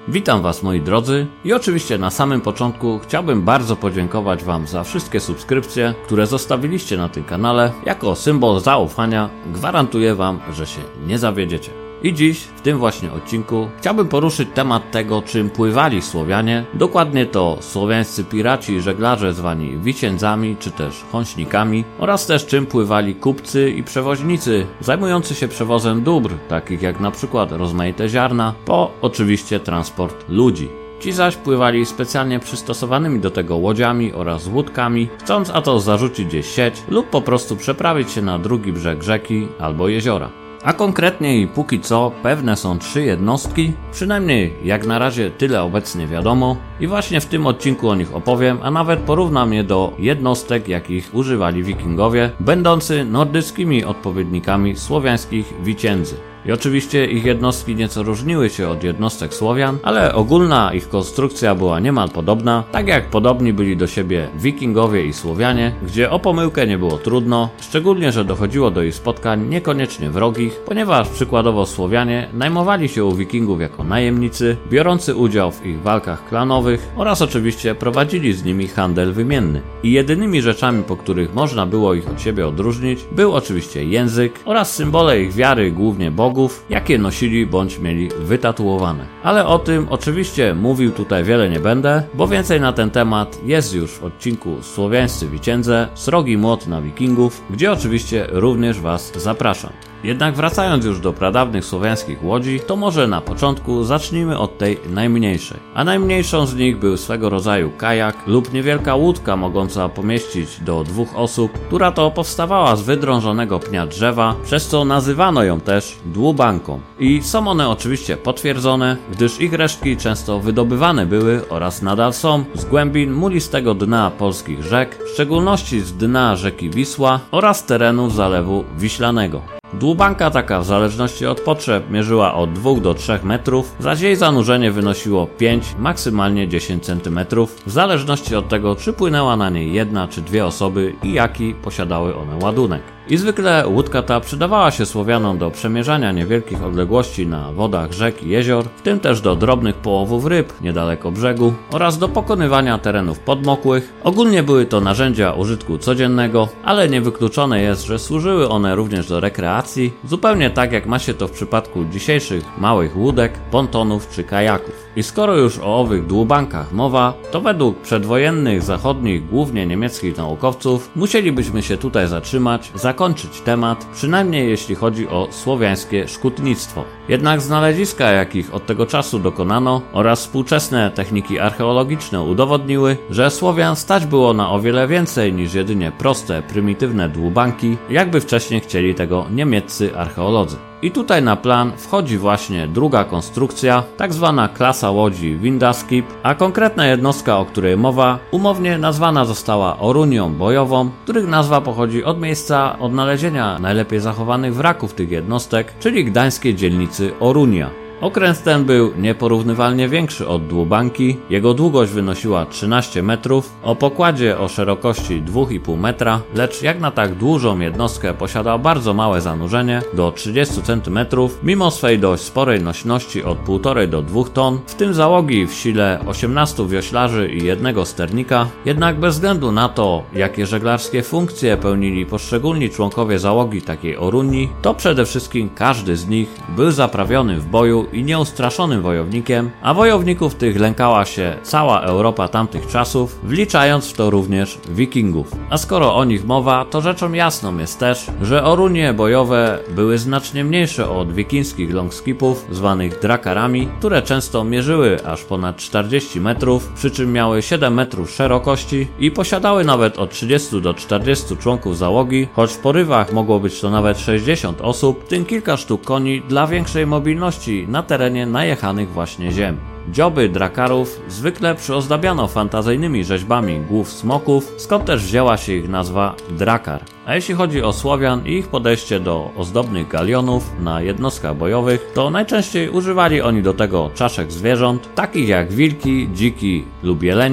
Witam Was moi drodzy i oczywiście na samym początku chciałbym bardzo podziękować Wam za wszystkie subskrypcje, które zostawiliście na tym kanale. Jako symbol zaufania gwarantuję Wam, że się nie zawiedziecie. I dziś, w tym właśnie odcinku, chciałbym poruszyć temat tego, czym pływali Słowianie. Dokładnie to słowiańscy piraci i żeglarze zwani wiciędzami czy też chąśnikami oraz też czym pływali kupcy i przewoźnicy zajmujący się przewozem dóbr, takich jak na przykład rozmaite ziarna, po oczywiście transport ludzi. Ci zaś pływali specjalnie przystosowanymi do tego łodziami oraz łódkami, chcąc a to zarzucić gdzieś sieć lub po prostu przeprawić się na drugi brzeg rzeki albo jeziora. A konkretnie i póki co pewne są 3 jednostki, przynajmniej jak na razie tyle obecnie wiadomo i właśnie w tym odcinku o nich opowiem, a nawet porównam je do jednostek jakich używali wikingowie, będący nordyckimi odpowiednikami słowiańskich wiciędzy. I oczywiście ich jednostki nieco różniły się od jednostek Słowian, ale ogólna ich konstrukcja była niemal podobna, tak jak podobni byli do siebie wikingowie i Słowianie, gdzie o pomyłkę nie było trudno, szczególnie, że dochodziło do ich spotkań niekoniecznie wrogich, ponieważ przykładowo Słowianie najmowali się u wikingów jako najemnicy, biorący udział w ich walkach klanowych oraz oczywiście prowadzili z nimi handel wymienny. I jedynymi rzeczami, po których można było ich od siebie odróżnić, był oczywiście język oraz symbole ich wiary, głównie bogów, jakie nosili bądź mieli wytatuowane. Ale o tym oczywiście mówił tutaj wiele nie będę, bo więcej na ten temat jest już w odcinku Słowiańscy Wiciędze, Srogi Młot na Wikingów, gdzie oczywiście również Was zapraszam. Jednak wracając już do pradawnych słowiańskich łodzi, to może na początku zacznijmy od tej najmniejszej. A najmniejszą z nich był swego rodzaju kajak lub niewielka łódka mogąca pomieścić do 2 osób, która to powstawała z wydrążonego pnia drzewa, przez co nazywano ją też dłubanką. I są one oczywiście potwierdzone, gdyż ich resztki często wydobywane były oraz nadal są z głębin mulistego dna polskich rzek, w szczególności z dna rzeki Wisła oraz terenów Zalewu Wiślanego. Dłubanka taka w zależności od potrzeb mierzyła od 2 do 3 metrów, zaś jej zanurzenie wynosiło 5, maksymalnie 10 cm, w zależności od tego, czy płynęła na niej 1 czy 2 osoby i jaki posiadały one ładunek. I zwykle łódka ta przydawała się Słowianom do przemierzania niewielkich odległości na wodach rzek i jezior, w tym też do drobnych połowów ryb niedaleko brzegu oraz do pokonywania terenów podmokłych. Ogólnie były to narzędzia użytku codziennego, ale niewykluczone jest, że służyły one również do rekreacji, zupełnie tak jak ma się to w przypadku dzisiejszych małych łódek, pontonów czy kajaków. I skoro już o owych dłubankach mowa, to według przedwojennych zachodnich, głównie niemieckich naukowców, musielibyśmy się tutaj zatrzymać, zakończyć temat, przynajmniej jeśli chodzi o słowiańskie szkutnictwo. Jednak znaleziska, jakich od tego czasu dokonano oraz współczesne techniki archeologiczne udowodniły, że Słowian stać było na o wiele więcej niż jedynie proste, prymitywne dłubanki, jakby wcześniej chcieli tego niemieccy archeolodzy. I tutaj na plan wchodzi właśnie druga konstrukcja, tak zwana klasa łodzi Windaskip, a konkretna jednostka, o której mowa, umownie nazwana została Orunią bojową, których nazwa pochodzi od miejsca odnalezienia najlepiej zachowanych wraków tych jednostek, czyli gdańskiej dzielnicy Orunia. Okręt ten był nieporównywalnie większy od dłubanki, jego długość wynosiła 13 metrów, o pokładzie o szerokości 2,5 metra, lecz jak na tak dużą jednostkę posiadał bardzo małe zanurzenie do 30 cm, mimo swej dość sporej nośności od 1,5 do 2 ton, w tym załogi w sile 18 wioślarzy i 1 sternika, jednak bez względu na to, jakie żeglarskie funkcje pełnili poszczególni członkowie załogi takiej Orunii, to przede wszystkim każdy z nich był zaprawiony w boju i nieustraszonym wojownikiem, a wojowników tych lękała się cała Europa tamtych czasów, wliczając w to również wikingów. A skoro o nich mowa, to rzeczą jasną jest też, że Orunie bojowe były znacznie mniejsze od wikińskich longskipów, zwanych drakarami, które często mierzyły aż ponad 40 metrów, przy czym miały 7 metrów szerokości i posiadały nawet od 30 do 40 członków załogi, choć w porywach mogło być to nawet 60 osób, w tym kilka sztuk koni dla większej mobilności na terenie najechanych właśnie ziem. Dzioby drakarów zwykle przyozdabiano fantazyjnymi rzeźbami głów smoków, skąd też wzięła się ich nazwa drakar. A jeśli chodzi o Słowian i ich podejście do ozdobnych galionów na jednostkach bojowych, to najczęściej używali oni do tego czaszek zwierząt, takich jak wilki, dziki lub jelenie,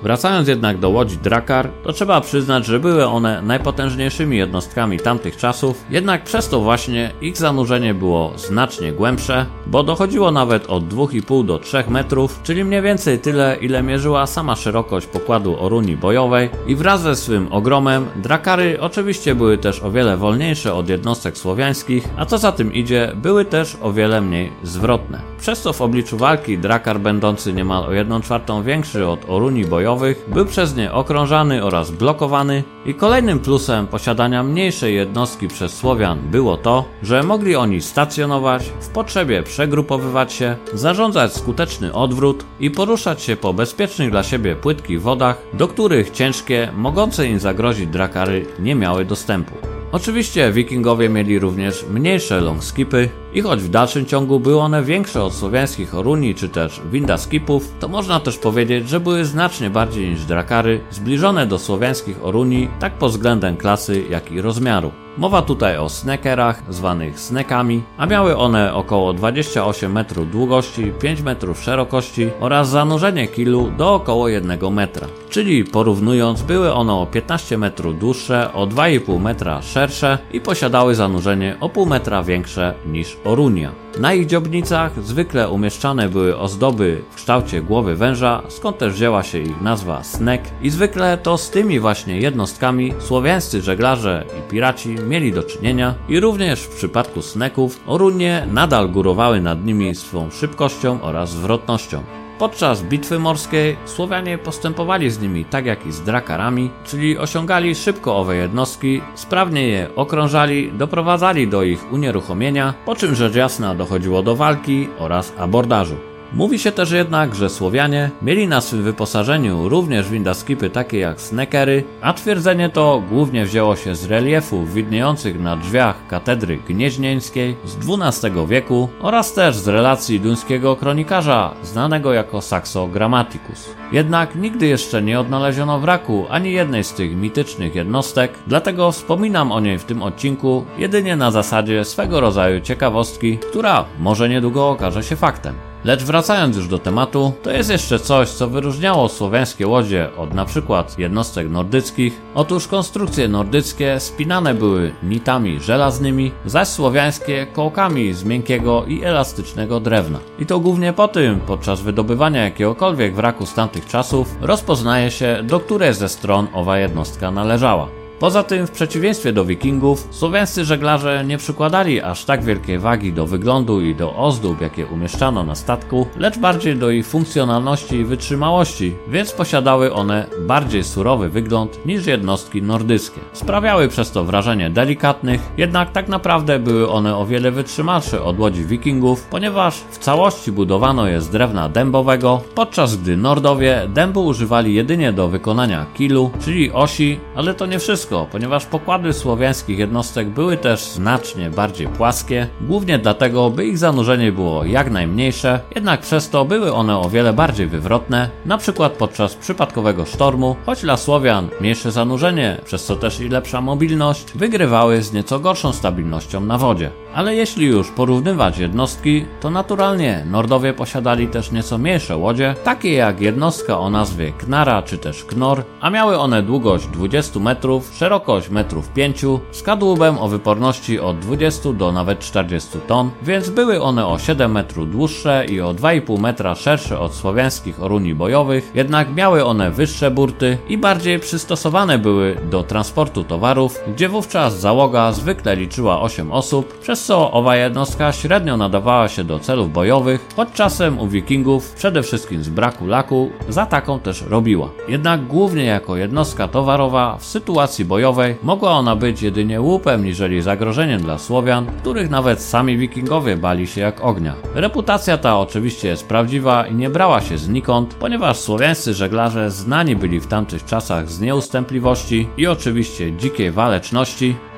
Wracając jednak do łodzi Drakkar, to trzeba przyznać, że były one najpotężniejszymi jednostkami tamtych czasów, jednak przez to właśnie ich zanurzenie było znacznie głębsze, bo dochodziło nawet od 2,5 do 3 metrów, czyli mniej więcej tyle, ile mierzyła sama szerokość pokładu Oruni bojowej i wraz ze swym ogromem Drakkary oczywiście były też o wiele wolniejsze od jednostek słowiańskich, a co za tym idzie, były też o wiele mniej zwrotne. Przez co w obliczu walki Drakkar, będący niemal o 1/4 większy od Oruni bojowych, był przez nie okrążany oraz blokowany i kolejnym plusem posiadania mniejszej jednostki przez Słowian było to, że mogli oni stacjonować, w potrzebie przegrupowywać się, zarządzać skuteczny odwrót i poruszać się po bezpiecznych dla siebie płytkich wodach, do których ciężkie, mogące im zagrozić Drakkary nie miały dostępu. Oczywiście wikingowie mieli również mniejsze longskipy i choć w dalszym ciągu były one większe od słowiańskich Oruni czy też Windaskipów, to można też powiedzieć, że były znacznie bardziej niż Drakkary zbliżone do słowiańskich Oruni tak pod względem klasy, jak i rozmiaru. Mowa tutaj o snekerach, zwanych snekami, a miały one około 28 metrów długości, 5 metrów szerokości oraz zanurzenie kilu do około 1 metra. Czyli porównując, były one o 15 metrów dłuższe, o 2,5 metra szersze i posiadały zanurzenie o pół metra większe niż Orunia. Na ich dziobnicach zwykle umieszczane były ozdoby w kształcie głowy węża, skąd też wzięła się ich nazwa snek i zwykle to z tymi właśnie jednostkami słowiańscy żeglarze i piraci mieli do czynienia i również w przypadku sneków Orunie nadal górowały nad nimi swą szybkością oraz zwrotnością. Podczas bitwy morskiej Słowianie postępowali z nimi tak jak i z Drakkarami, czyli osiągali szybko owe jednostki, sprawnie je okrążali, doprowadzali do ich unieruchomienia, po czym rzecz jasna dochodziło do walki oraz abordażu. Mówi się też jednak, że Słowianie mieli na swym wyposażeniu również windaskipy takie jak snekery, a twierdzenie to głównie wzięło się z reliefów widniejących na drzwiach katedry gnieźnieńskiej z XII wieku oraz też z relacji duńskiego kronikarza znanego jako Saxo Grammaticus. Jednak nigdy jeszcze nie odnaleziono wraku ani jednej z tych mitycznych jednostek, dlatego wspominam o niej w tym odcinku jedynie na zasadzie swego rodzaju ciekawostki, która może niedługo okaże się faktem. Lecz wracając już do tematu, to jest jeszcze coś, co wyróżniało słowiańskie łodzie od np. jednostek nordyckich. Otóż konstrukcje nordyckie spinane były nitami żelaznymi, zaś słowiańskie kołkami z miękkiego i elastycznego drewna. I to głównie po tym, podczas wydobywania jakiegokolwiek wraku z tamtych czasów, rozpoznaje się, do której ze stron owa jednostka należała. Poza tym, w przeciwieństwie do wikingów, słowiańscy żeglarze nie przykładali aż tak wielkiej wagi do wyglądu i do ozdób, jakie umieszczano na statku, lecz bardziej do ich funkcjonalności i wytrzymałości, więc posiadały one bardziej surowy wygląd niż jednostki nordyckie. Sprawiały przez to wrażenie delikatnych, jednak tak naprawdę były one o wiele wytrzymalsze od łodzi wikingów, ponieważ w całości budowano je z drewna dębowego, podczas gdy Nordowie dębu używali jedynie do wykonania kilu, czyli osi, ale to nie wszystko, ponieważ pokłady słowiańskich jednostek były też znacznie bardziej płaskie, głównie dlatego, by ich zanurzenie było jak najmniejsze, jednak przez to były one o wiele bardziej wywrotne, na przykład podczas przypadkowego sztormu, choć dla Słowian mniejsze zanurzenie, przez co też i lepsza mobilność, wygrywały z nieco gorszą stabilnością na wodzie. Ale jeśli już porównywać jednostki, to naturalnie Nordowie posiadali też nieco mniejsze łodzie, takie jak jednostka o nazwie Knara czy też Knor, a miały one długość 20 metrów, szerokość metrów 5, z kadłubem o wyporności od 20 do nawet 40 ton, więc były one o 7 metrów dłuższe i o 2,5 metra szersze od słowiańskich oruni bojowych, jednak miały one wyższe burty i bardziej przystosowane były do transportu towarów, gdzie wówczas załoga zwykle liczyła 8 osób, przez co owa jednostka średnio nadawała się do celów bojowych, choć czasem u wikingów, przede wszystkim z braku laku, za taką też robiła. Jednak głównie jako jednostka towarowa w sytuacji bojowej mogła ona być jedynie łupem niżeli zagrożeniem dla Słowian, których nawet sami wikingowie bali się jak ognia. Reputacja ta oczywiście jest prawdziwa i nie brała się znikąd, ponieważ słowiańscy żeglarze znani byli w tamtych czasach z nieustępliwości i oczywiście dzikiej waleczności,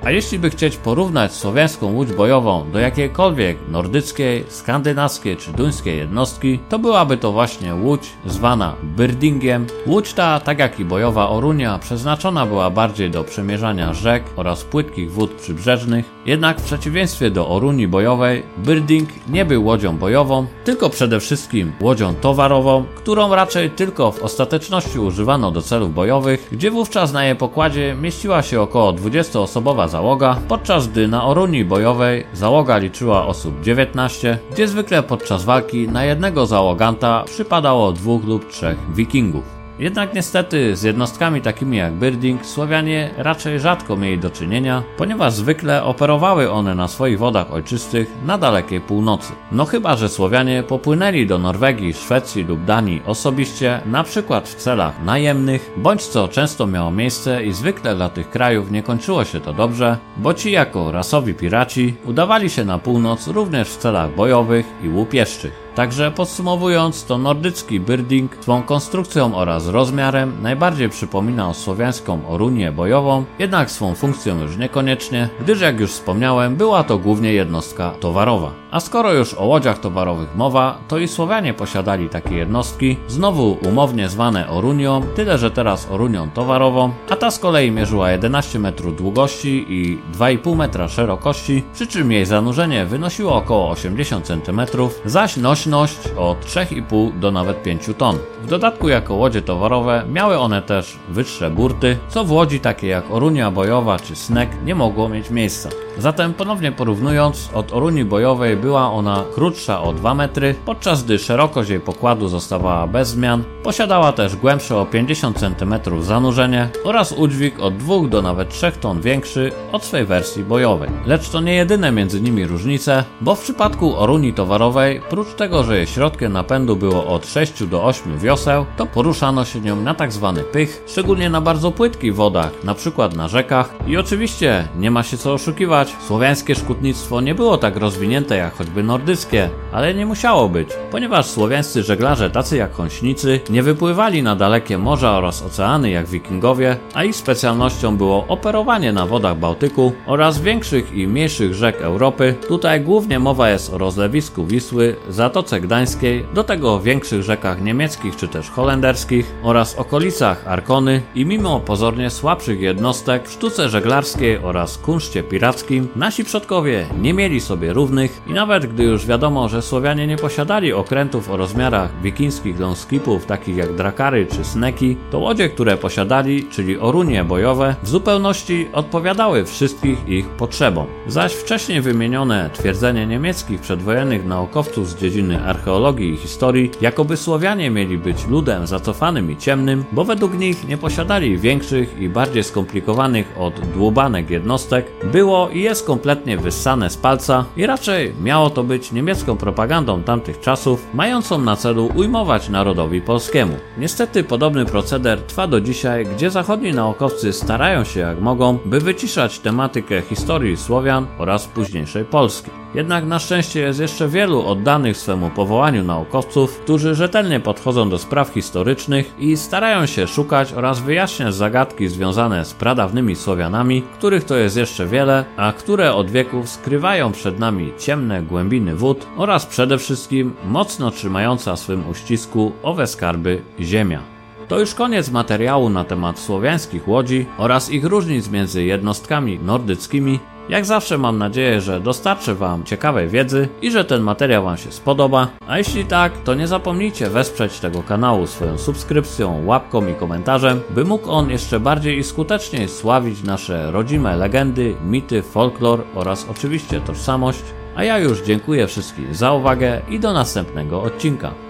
A jeśli by chcieć porównać słowiańską łódź bojową do jakiejkolwiek nordyckiej, skandynawskiej czy duńskiej jednostki, to byłaby to właśnie łódź zwana Byrdingiem. Łódź ta, tak jak i bojowa Orunia, przeznaczona była bardziej do przemierzania rzek oraz płytkich wód przybrzeżnych. Jednak w przeciwieństwie do Orunii bojowej, Byrding nie był łodzią bojową, tylko przede wszystkim łodzią towarową, którą raczej tylko w ostateczności używano do celów bojowych, gdzie wówczas na jej pokładzie mieściła się około 20-osobowa załoga, podczas gdy na Orunii bojowej załoga liczyła osób 19, gdzie zwykle podczas walki na jednego załoganta przypadało 2 lub 3 wikingów. Jednak niestety z jednostkami takimi jak Byrding Słowianie raczej rzadko mieli do czynienia, ponieważ zwykle operowały one na swoich wodach ojczystych na dalekiej północy. No chyba że Słowianie popłynęli do Norwegii, Szwecji lub Danii osobiście, na przykład w celach najemnych, bądź co często miało miejsce i zwykle dla tych krajów nie kończyło się to dobrze, bo ci jako rasowi piraci udawali się na północ również w celach bojowych i łupieszczych. Także podsumowując, to nordycki Byrding swą konstrukcją oraz rozmiarem najbardziej przypominał słowiańską Orunię bojową, jednak swą funkcją już niekoniecznie, gdyż jak już wspomniałem, była to głównie jednostka towarowa. A skoro już o łodziach towarowych mowa, to i Słowianie posiadali takie jednostki, znowu umownie zwane Orunią, tyle że teraz Orunią towarową, a ta z kolei mierzyła 11 metrów długości i 2,5 metra szerokości, przy czym jej zanurzenie wynosiło około 80 cm, zaś nośność od 3,5 do nawet 5 ton. W dodatku jako łodzie towarowe miały one też wyższe burty, co w łodzi takiej jak Orunia bojowa czy Snek nie mogło mieć miejsca. Zatem ponownie porównując, od Orunii bojowej była ona krótsza o 2 metry, podczas gdy szerokość jej pokładu zostawała bez zmian. Posiadała też głębsze o 50 cm zanurzenie oraz udźwig od 2 do nawet 3 ton większy od swej wersji bojowej. Lecz to nie jedyne między nimi różnice, bo w przypadku Orunii towarowej, prócz tego, że jej środkiem napędu było od 6 do 8 wioseł, to poruszano się nią na tzw. pych, szczególnie na bardzo płytkich wodach, np. na rzekach. I oczywiście, nie ma się co oszukiwać, słowiańskie szkutnictwo nie było tak rozwinięte jak choćby nordyckie, ale nie musiało być, ponieważ słowiańscy żeglarze tacy jak Honśnicy nie wypływali na dalekie morza oraz oceany jak wikingowie, a ich specjalnością było operowanie na wodach Bałtyku oraz większych i mniejszych rzek Europy. Tutaj głównie mowa jest o rozlewisku Wisły, Zatoce Gdańskiej, do tego o większych rzekach niemieckich czy też holenderskich oraz okolicach Arkony i mimo pozornie słabszych jednostek w sztuce żeglarskiej oraz kunszcie pirackim nasi przodkowie nie mieli sobie równych i nawet gdy już wiadomo, że Słowianie nie posiadali okrętów o rozmiarach wikińskich longskipów takich jak drakary czy sneki, to łodzie, które posiadali, czyli Orunie bojowe, w zupełności odpowiadały wszystkich ich potrzebom. Zaś wcześniej wymienione twierdzenie niemieckich przedwojennych naukowców z dziedziny archeologii i historii, jakoby Słowianie mieli być ludem zacofanym i ciemnym, bo według nich nie posiadali większych i bardziej skomplikowanych od dłubanek jednostek, było i jest kompletnie wyssane z palca i raczej miało to być niemiecką propagandą tamtych czasów, mającą na celu ujmować narodowi polskiemu. Niestety podobny proceder trwa do dzisiaj, gdzie zachodni naukowcy starają się jak mogą, by wyciszać tematykę historii Słowian oraz późniejszej Polski. Jednak na szczęście jest jeszcze wielu oddanych swemu powołaniu naukowców, którzy rzetelnie podchodzą do spraw historycznych i starają się szukać oraz wyjaśniać zagadki związane z pradawnymi Słowianami, których to jest jeszcze wiele, a które od wieków skrywają przed nami ciemne głębiny wód oraz przede wszystkim mocno trzymająca w swym uścisku owe skarby ziemia. To już koniec materiału na temat słowiańskich łodzi oraz ich różnic między jednostkami nordyckimi. Jak zawsze mam nadzieję, że dostarczę Wam ciekawej wiedzy i że ten materiał Wam się spodoba, a jeśli tak, to nie zapomnijcie wesprzeć tego kanału swoją subskrypcją, łapką i komentarzem, by mógł on jeszcze bardziej i skuteczniej sławić nasze rodzime legendy, mity, folklor oraz oczywiście tożsamość. A ja już dziękuję wszystkim za uwagę i do następnego odcinka.